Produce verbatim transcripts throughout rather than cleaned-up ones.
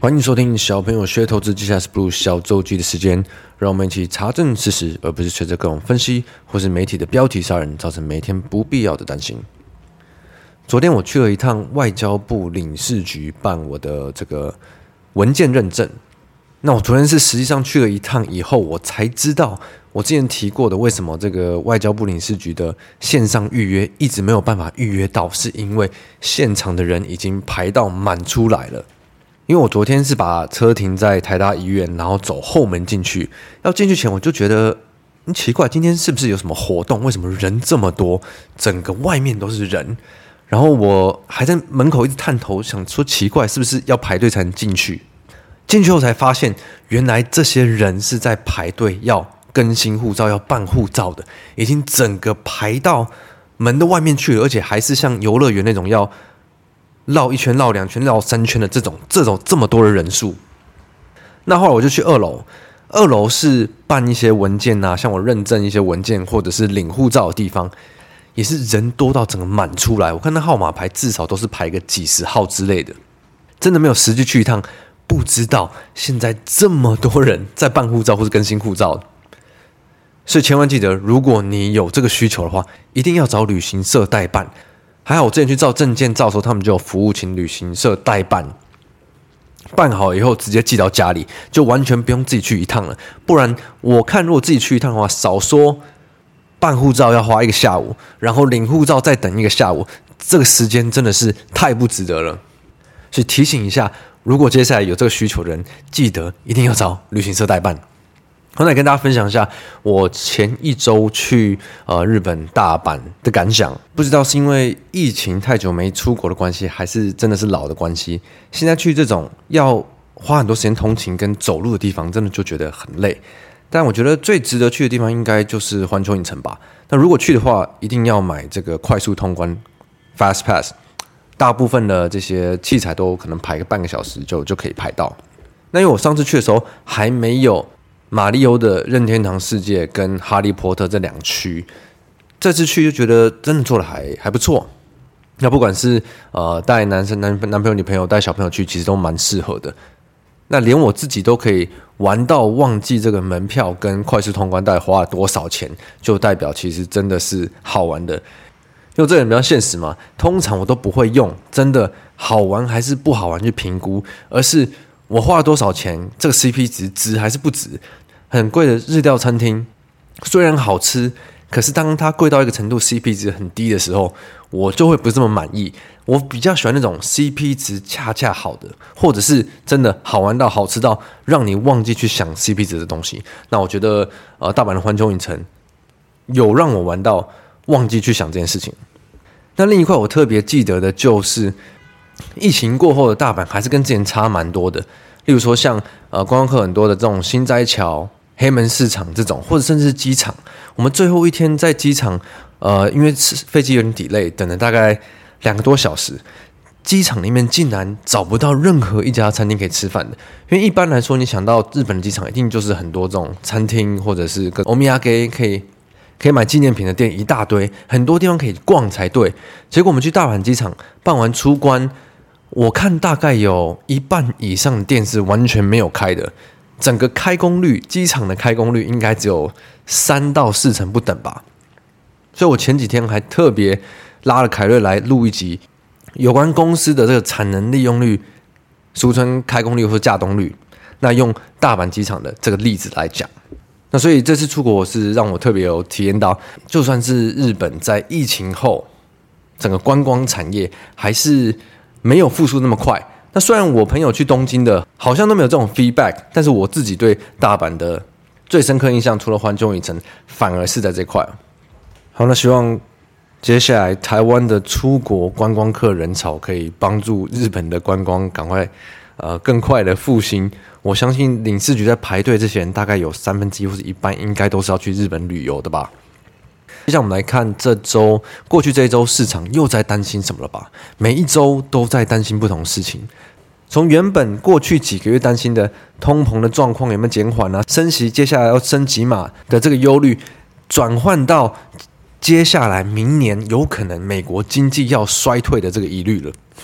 欢迎收听小朋友学投资，接下来是 Blue 小周记的时间，让我们一起查证事实，而不是随着各种分析或是媒体的标题杀人，造成每天不必要的担心。昨天我去了一趟外交部领事局办我的这个文件认证。那我昨天是实际上去了一趟以后，我才知道我之前提过的为什么这个外交部领事局的线上预约一直没有办法预约到，是因为现场的人已经排到满出来了。因为我昨天是把车停在台大医院，然后走后门进去。要进去前我就觉得，嗯，奇怪，今天是不是有什么活动？为什么人这么多？整个外面都是人。然后我还在门口一直探头，想说奇怪，是不是要排队才能进去？进去后才发现，原来这些人是在排队要更新护照、要办护照的，已经整个排到门的外面去了，而且还是像游乐园那种要绕一圈、绕两圈、绕三圈的这种、这种这么多的人数。那后来我就去二楼，二楼是办一些文件啊，像我认证一些文件或者是领护照的地方，也是人多到整个满出来。我看那号码牌至少都是排个几十号之类的，真的没有实际去一趟，不知道现在这么多人在办护照或是更新护照。所以千万记得，如果你有这个需求的话，一定要找旅行社代办。还好我之前去照证件照的时候，他们就有服务请旅行社代办，办好以后直接寄到家里，就完全不用自己去一趟了。不然我看如果自己去一趟的话，少说办护照要花一个下午，然后领护照再等一个下午，这个时间真的是太不值得了。所以提醒一下，如果接下来有这个需求的人，记得一定要找旅行社代办。我来跟大家分享一下我前一周去呃日本大阪的感想。不知道是因为疫情太久没出国的关系，还是真的是老的关系，现在去这种要花很多时间通勤跟走路的地方，真的就觉得很累。但我觉得最值得去的地方应该就是环球影城吧。那如果去的话，一定要买这个快速通关 Fast Pass， 大部分的这些器材都可能排个半个小时就就可以排到。那因为我上次去的时候还没有马里欧的任天堂世界跟哈利波特这两区，这次去就觉得真的做的还还不错。那不管是呃带男生男男朋友女朋友带小朋友去，其实都蛮适合的。那连我自己都可以玩到忘记这个门票跟快速通关到底花了多少钱，就代表其实真的是好玩的。因为这个人比较现实嘛，通常我都不会用真的好玩还是不好玩去评估，而是我花了多少钱，这个 C P 值值还是不值？很贵的日料餐厅虽然好吃，可是当它贵到一个程度 ，C P 值很低的时候，我就会不这么满意。我比较喜欢那种 C P 值恰恰好的，或者是真的好玩到好吃到让你忘记去想 C P 值的东西。那我觉得，呃，大阪的环球影城有让我玩到忘记去想这件事情。那另一块我特别记得的就是，疫情过后的大阪还是跟之前差蛮多的。例如说像呃观光客很多的这种心斋桥、黑门市场这种，或者甚至是机场，我们最后一天在机场，呃，因为飞机有点 delay， 等了大概两个多小时，机场里面竟然找不到任何一家餐厅可以吃饭的。因为一般来说，你想到日本的机场，一定就是很多这种餐厅，或者是跟欧米亚给可以可以买纪念品的店一大堆，很多地方可以逛才对。结果我们去大阪机场办完出关，我看大概有一半以上的店是完全没有开的，整个开工率，机场的开工率应该只有三到四成不等吧。所以我前几天还特别拉了凯瑞来录一集有关公司的这个产能利用率，俗称开工率或稼动率。那用大阪机场的这个例子来讲，那所以这次出国是让我特别有体验到，就算是日本在疫情后，整个观光产业还是没有复苏那么快。那虽然我朋友去东京的好像都没有这种 feedback， 但是我自己对大阪的最深刻印象，除了环球影城，反而是在这块。好，那希望接下来台湾的出国观光客人潮可以帮助日本的观光赶快呃更快的复兴。我相信领事局在排队这些人大概有三分之一或者一半应该都是要去日本旅游的吧。接下来我们来看这周过去这一周市场又在担心什么了吧？每一周都在担心不同事情。从原本过去几个月担心的通膨的状况有没有减缓啊，升息接下来要升几码的这个忧虑，转换到接下来明年有可能美国经济要衰退的这个疑虑了。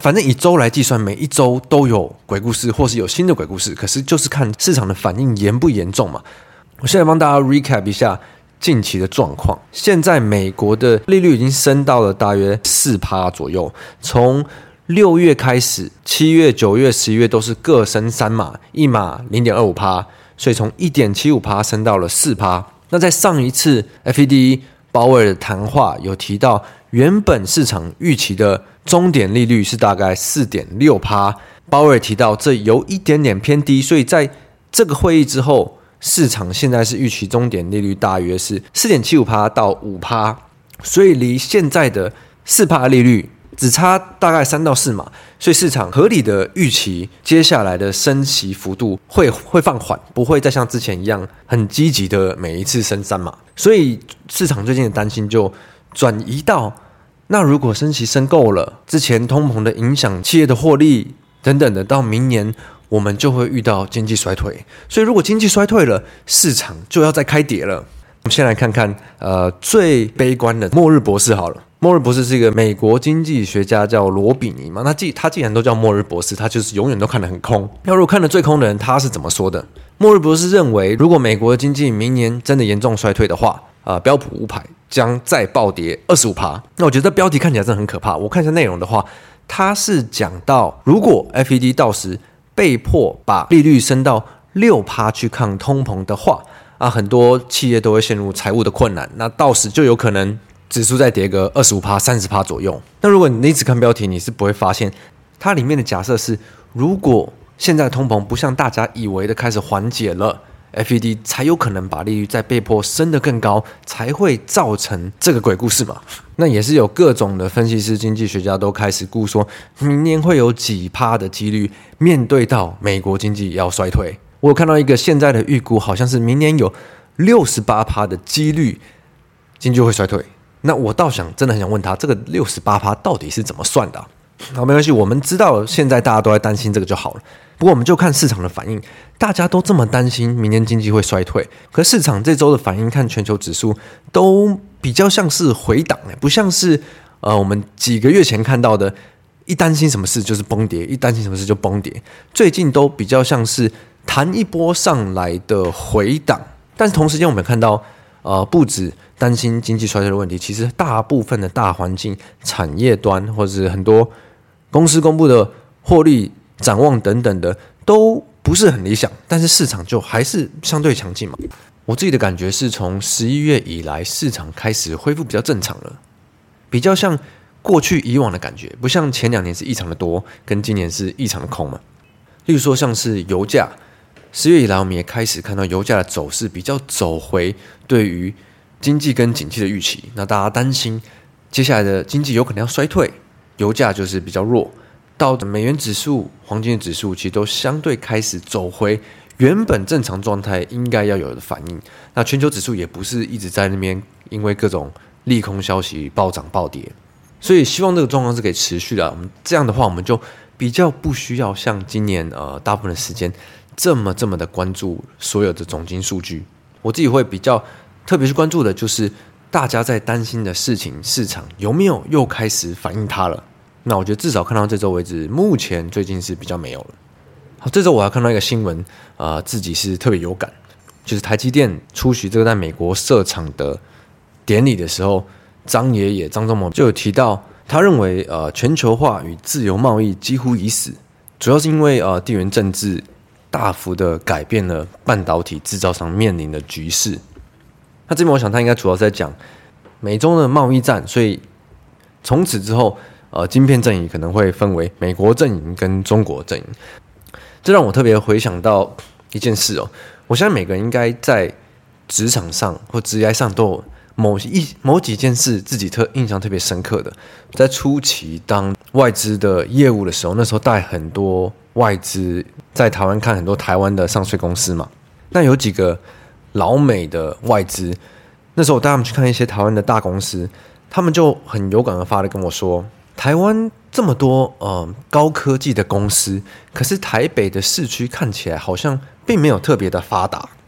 反正以周来计算，每一周都有鬼故事，或是有新的鬼故事。可是就是看市场的反应严不严重嘛。我现在帮大家 recap 一下近期的状况。现在美国的利率已经升到了大约 百分之四 左右，从六月开始，七月、九月、十一月都是各升三码，一码 零点二五 趴，所以从 一点七五 趴升到了 四 趴。那在上一次 F E D 鲍威尔的谈话有提到，原本市场预期的终点利率是大概 四点六 趴，鲍威尔提到这有一点点偏低，所以在这个会议之后，市场现在是预期终点利率大约是 四点七五 趴到 五 趴，所以离现在的 四 趴利率只差大概三到四码，所以市场合理的预期接下来的升息幅度会会放缓，不会再像之前一样很积极的每一次升三码，所以市场最近的担心就转移到，那如果升息升够了，之前通膨的影响企业的获利等等的，到明年我们就会遇到经济衰退，所以如果经济衰退了，市场就要再开跌了。我们先来看看呃最悲观的末日博士好了。末日博士是一个美国经济学家，叫罗比尼嘛。那既他既然都叫末日博士，他就是永远都看得很空。那如果看得最空的人，他是怎么说的？末日博士认为，如果美国的经济明年真的严重衰退的话，呃，标普五百将再暴跌 百分之二十五。那我觉得标题看起来真的很可怕。我看一下内容的话，他是讲到，如果 F E D 到时被迫把利率升到 百分之六 去抗通膨的话，啊，很多企业都会陷入财务的困难。那到时就有可能指数再跌个 百分之二十五、百分之三十 左右。那如果你一直看标题，你是不会发现它里面的假设是，如果现在通膨不像大家以为的开始缓解了， F E D 才有可能把利率再被迫升得更高，才会造成这个鬼故事嘛。那也是有各种的分析师、经济学家都开始估说，明年会有几趴的几率面对到美国经济要衰退。我有看到一个现在的预估，好像是明年有 百分之六十八 的几率经济会衰退。那我倒想真的很想问他，这个 百分之六十八 到底是怎么算的啊？好，没关系，我们知道现在大家都在担心这个就好了。不过我们就看市场的反应，大家都这么担心明年经济会衰退，可市场这周的反应看全球指数都比较像是回档，不像是呃我们几个月前看到的，一担心什么事就是崩跌，一担心什么事就崩跌。最近都比较像是弹一波上来的回档，但是同时间我们看到，呃，不止担心经济衰退的问题，其实大部分的大环境、产业端或者是很多公司公布的获利展望等等的，都不是很理想，但是市场就还是相对强劲嘛。我自己的感觉是从十一月以来，市场开始恢复比较正常了，比较像过去以往的感觉，不像前两年是异常的多，跟今年是异常的空嘛。例如说像是油价。十月以来，我们也开始看到油价的走势比较走回对于经济跟景气的预期。那大家担心接下来的经济有可能要衰退，油价就是比较弱。到美元指数、黄金指数其实都相对开始走回原本正常状态应该要有的反应。那全球指数也不是一直在那边因为各种利空消息暴涨暴跌，所以希望这个状况是可以持续的。我们这样的话，我们就比较不需要像今年呃大部分的时间。这么这么的关注所有的总经数据，我自己会比较特别去关注的就是大家在担心的事情，市场有没有又开始反映它了？那我觉得至少看到这周为止，目前最近是比较没有了。好，这周我还看到一个新闻，呃，自己是特别有感，就是台积电出席这个在美国设厂的典礼的时候，张爷爷张忠谋就有提到，他认为呃全球化与自由贸易几乎已死，主要是因为呃地缘政治。大幅的改变了半导体制造商面临的局势。那这边我想他应该主要在讲美中的贸易战，所以从此之后，呃，晶片阵营可能会分为美国阵营跟中国阵营。这让我特别回想到一件事哦，我相信每个人应该在职场上或职业上都有某一某几件事自己特印象特别深刻的。在初期当外资的业务的时候，那时候带很多外资在台湾看很多台湾的上市公司嘛，那有几个老美的外资，那时候我带他们去看一些台湾的大公司，他们就很有感而发的跟我说，台湾这么多呃高科技的公司，可是台北的市区看起来好像并没有特别的发达。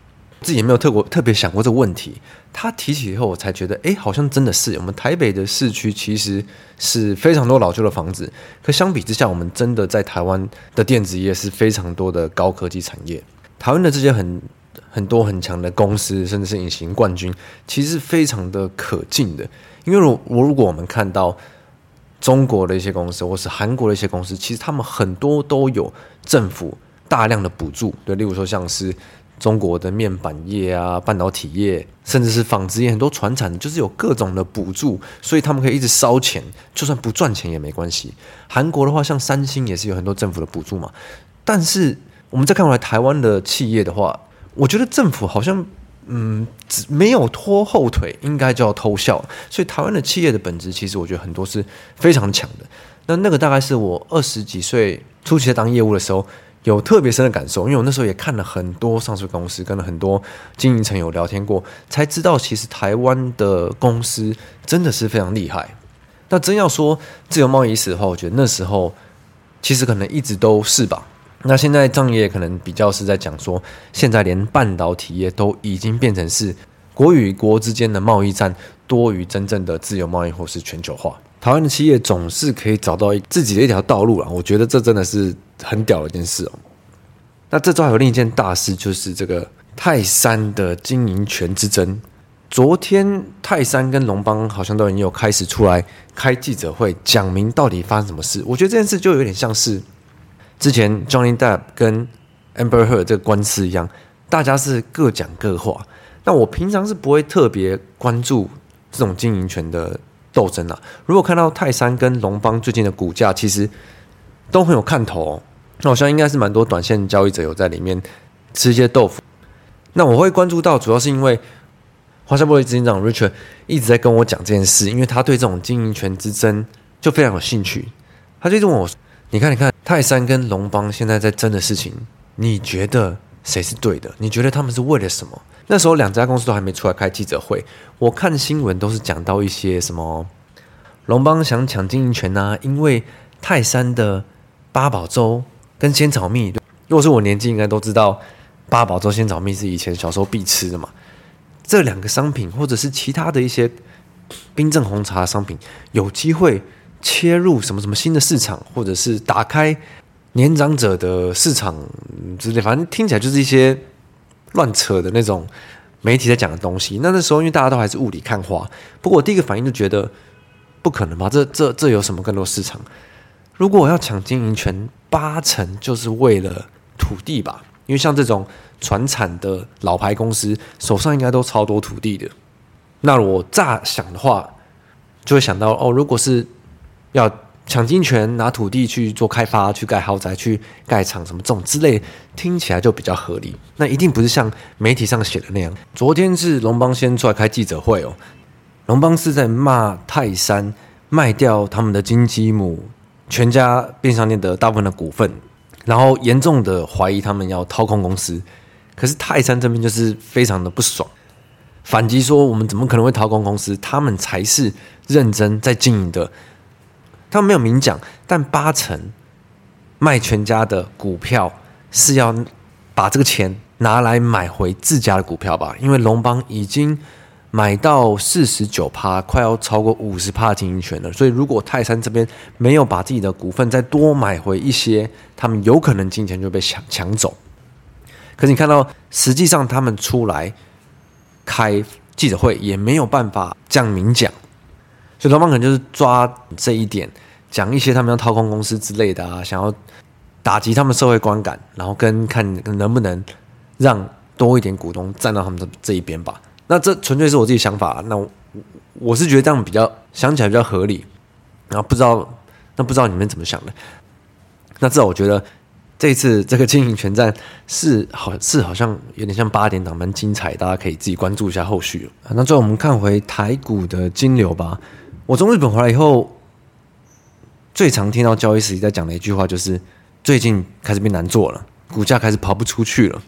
自己也没有特过特别想过这个问题。他提起以后，我才觉得，哎，好像真的是我们台北的市区其实是非常多老旧的房子，可相比之下，我们真的在台湾的电子业是非常多的高科技产业。台湾的这些很很多很强的公司，甚至是隐形冠军，其实是非常的可敬的。因为如我如果我们看到中国的一些公司，或是韩国的一些公司，其实他们很多都有政府大量的补助，对，例如说像是中国的面板业啊、半导体业，甚至是纺织业，很多传产就是有各种的补助，所以他们可以一直烧钱，就算不赚钱也没关系。韩国的话，像三星也是有很多政府的补助嘛。但是我们再看回来台湾的企业的话，我觉得政府好像嗯没有拖后腿，应该就要偷笑。所以台湾的企业的本质，其实我觉得很多是非常强的。那那个大概是我二十几岁初期在当业务的时候，有特别深的感受，因为我那时候也看了很多上市公司，跟了很多经营层有聊天过，才知道其实台湾的公司真的是非常厉害。那真要说自由贸易史的话，我觉得那时候其实可能一直都是吧。那现在张爷可能比较是在讲说，现在连半导体业都已经变成是国与国之间的贸易战多于真正的自由贸易或是全球化。台湾的企业总是可以找到自己的一条道路啦，我觉得这真的是很屌的一件事哦。那这周还有另一件大事，就是这个泰山的经营权之争。昨天泰山跟龙邦好像都已经有开始出来开记者会，讲明到底发生什么事。我觉得这件事就有点像是之前 Johnny Depp 跟 Amber Heard 这个官司一样，大家是各讲各话。那我平常是不会特别关注这种经营权的斗争啊。如果看到泰山跟龙邦最近的股价其实都很有看头哦，那好像应该是蛮多短线交易者有在里面吃一些豆腐。那我会关注到，主要是因为华夏玻璃执行长 Richard 一直在跟我讲这件事，因为他对这种经营权之争就非常有兴趣。他就一直问我，你看你看泰山跟龙邦现在在争的事情，你觉得谁是对的？你觉得他们是为了什么？那时候两家公司都还没出来开记者会，我看新闻都是讲到一些什么龙邦想抢经营权啊，因为泰山的八宝粥跟仙草蜜，如果是我年纪应该都知道八宝粥仙草蜜是以前小时候必吃的嘛。这两个商品或者是其他的一些冰镇红茶的商品，有机会切入什么什么新的市场，或者是打开年长者的市场之类，反正听起来就是一些乱扯的那种媒体在讲的东西。那那时候因为大家都还是雾里看花，不过我第一个反应就觉得不可能吧，这这这有什么更多市场？如果我要抢经营权，八成就是为了土地吧，因为像这种传产的老牌公司手上应该都超多土地的。那我乍想的话，就会想到哦，如果是要抢经营权，拿土地去做开发，去盖豪宅，去盖厂什么这种之类，听起来就比较合理。那一定不是像媒体上写的那样。昨天是龙邦先出来开记者会哦，龙邦是在骂泰山卖掉他们的金鸡母全家便利商店的大部分的股份，然后严重的怀疑他们要掏空公司。可是泰山这边就是非常的不爽，反击说我们怎么可能会掏空公司？他们才是认真在经营的。他们没有明讲，但八成卖全家的股票是要把这个钱拿来买回自家的股票吧？因为龙邦已经买到 百分之四十九， 快要超过 百分之五十 的经营权了。所以如果泰山这边没有把自己的股份再多买回一些，他们有可能金钱就被抢抢走。可是你看到实际上他们出来开记者会也没有办法这样明讲，所以龙邦可能就是抓这一点，讲一些他们要掏空公司之类的啊，想要打击他们社会观感，然后跟看能不能让多一点股东站到他们的这一边吧。那这纯粹是我自己想法，那 我, 我是觉得这样比较想起来比较合理。然后不知道那不知道你们怎么想的？那至少我觉得这一次这个经营权战是好是好像有点像八点档，蛮精彩，大家可以自己关注一下后续。那最后我们看回台股的金流吧。我从日本回来以后，最常听到交易时在讲的一句话就是，最近开始变难做了，股价开始跑不出去了。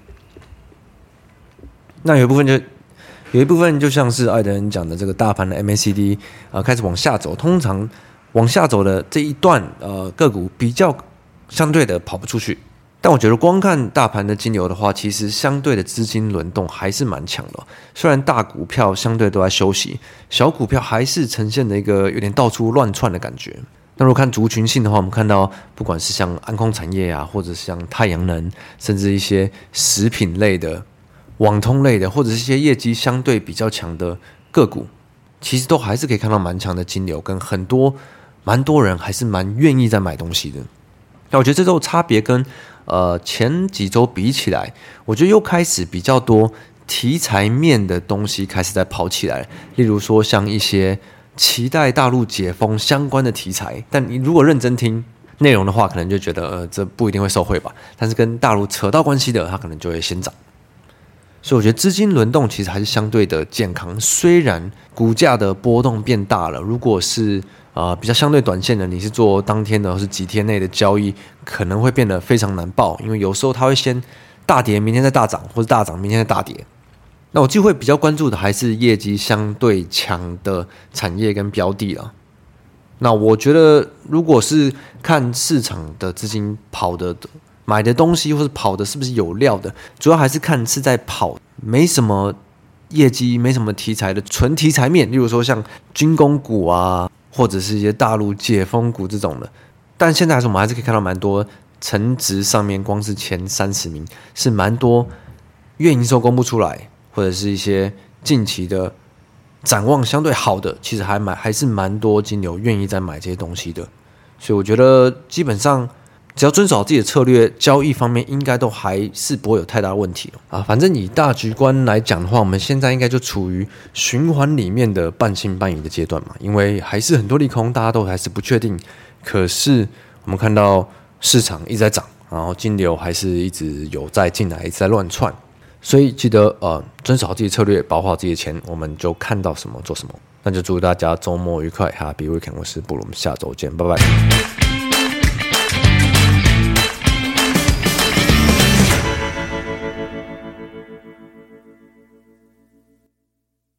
那有一部分就有一部分就像是艾德恩讲的这个大盘的 M A C D 呃开始往下走，通常往下走的这一段呃个股比较相对的跑不出去。 但我觉得光看大盘的金流的话，其实相对的资金轮动还是蛮强的哦。虽然大股票相对都在休息，小股票还是呈现了一个有点到处乱窜的感觉。那如果看族群性的话，我们看到不管是像安空产业啊，或者是像太阳能，甚至一些食品类的、网通类的，或者是一些业绩相对比较强的个股，其实都还是可以看到蛮强的金流，跟很多蛮多人还是蛮愿意在买东西的。那我觉得这周差别跟呃前几周比起来，我觉得又开始比较多题材面的东西开始在跑起来，例如说像一些期待大陆解封相关的题材，但你如果认真听内容的话，可能就觉得呃这不一定会受惠吧，但是跟大陆扯到关系的，它可能就会先涨。所以我觉得资金轮动其实还是相对的健康，虽然股价的波动变大了，如果是呃比较相对短线的，你是做当天的或是几天内的交易，可能会变得非常难报，因为有时候它会先大跌，明天再大涨，或者大涨，明天再大跌。那我就会比较关注的还是业绩相对强的产业跟标的啦。那我觉得，如果是看市场的资金跑的买的东西，或是跑的是不是有料的，主要还是看是在跑没什么业绩、没什么题材的纯题材面，例如说像军工股啊，或者是一些大陆解封股这种的。但现在还是我们还是可以看到蛮多成值上面，光是前三十名是蛮多月营收公布出来，或者是一些近期的展望相对好的，其实还蛮还是蛮多金流愿意在买这些东西的。所以我觉得基本上只要遵守自己的策略，交易方面应该都还是不会有太大的问题啊。反正以大局观来讲的话，我们现在应该就处于循环里面的半信半疑的阶段嘛，因为还是很多利空，大家都还是不确定。可是我们看到市场一直在涨，然后金流还是一直有在进来，一直在乱窜。所以记得呃遵守好自己的策略，保护好自己的钱，我们就看到什么做什么。那就祝大家周末愉快 ，Happy Weekend！ 我是布鲁，我们下周见，拜拜。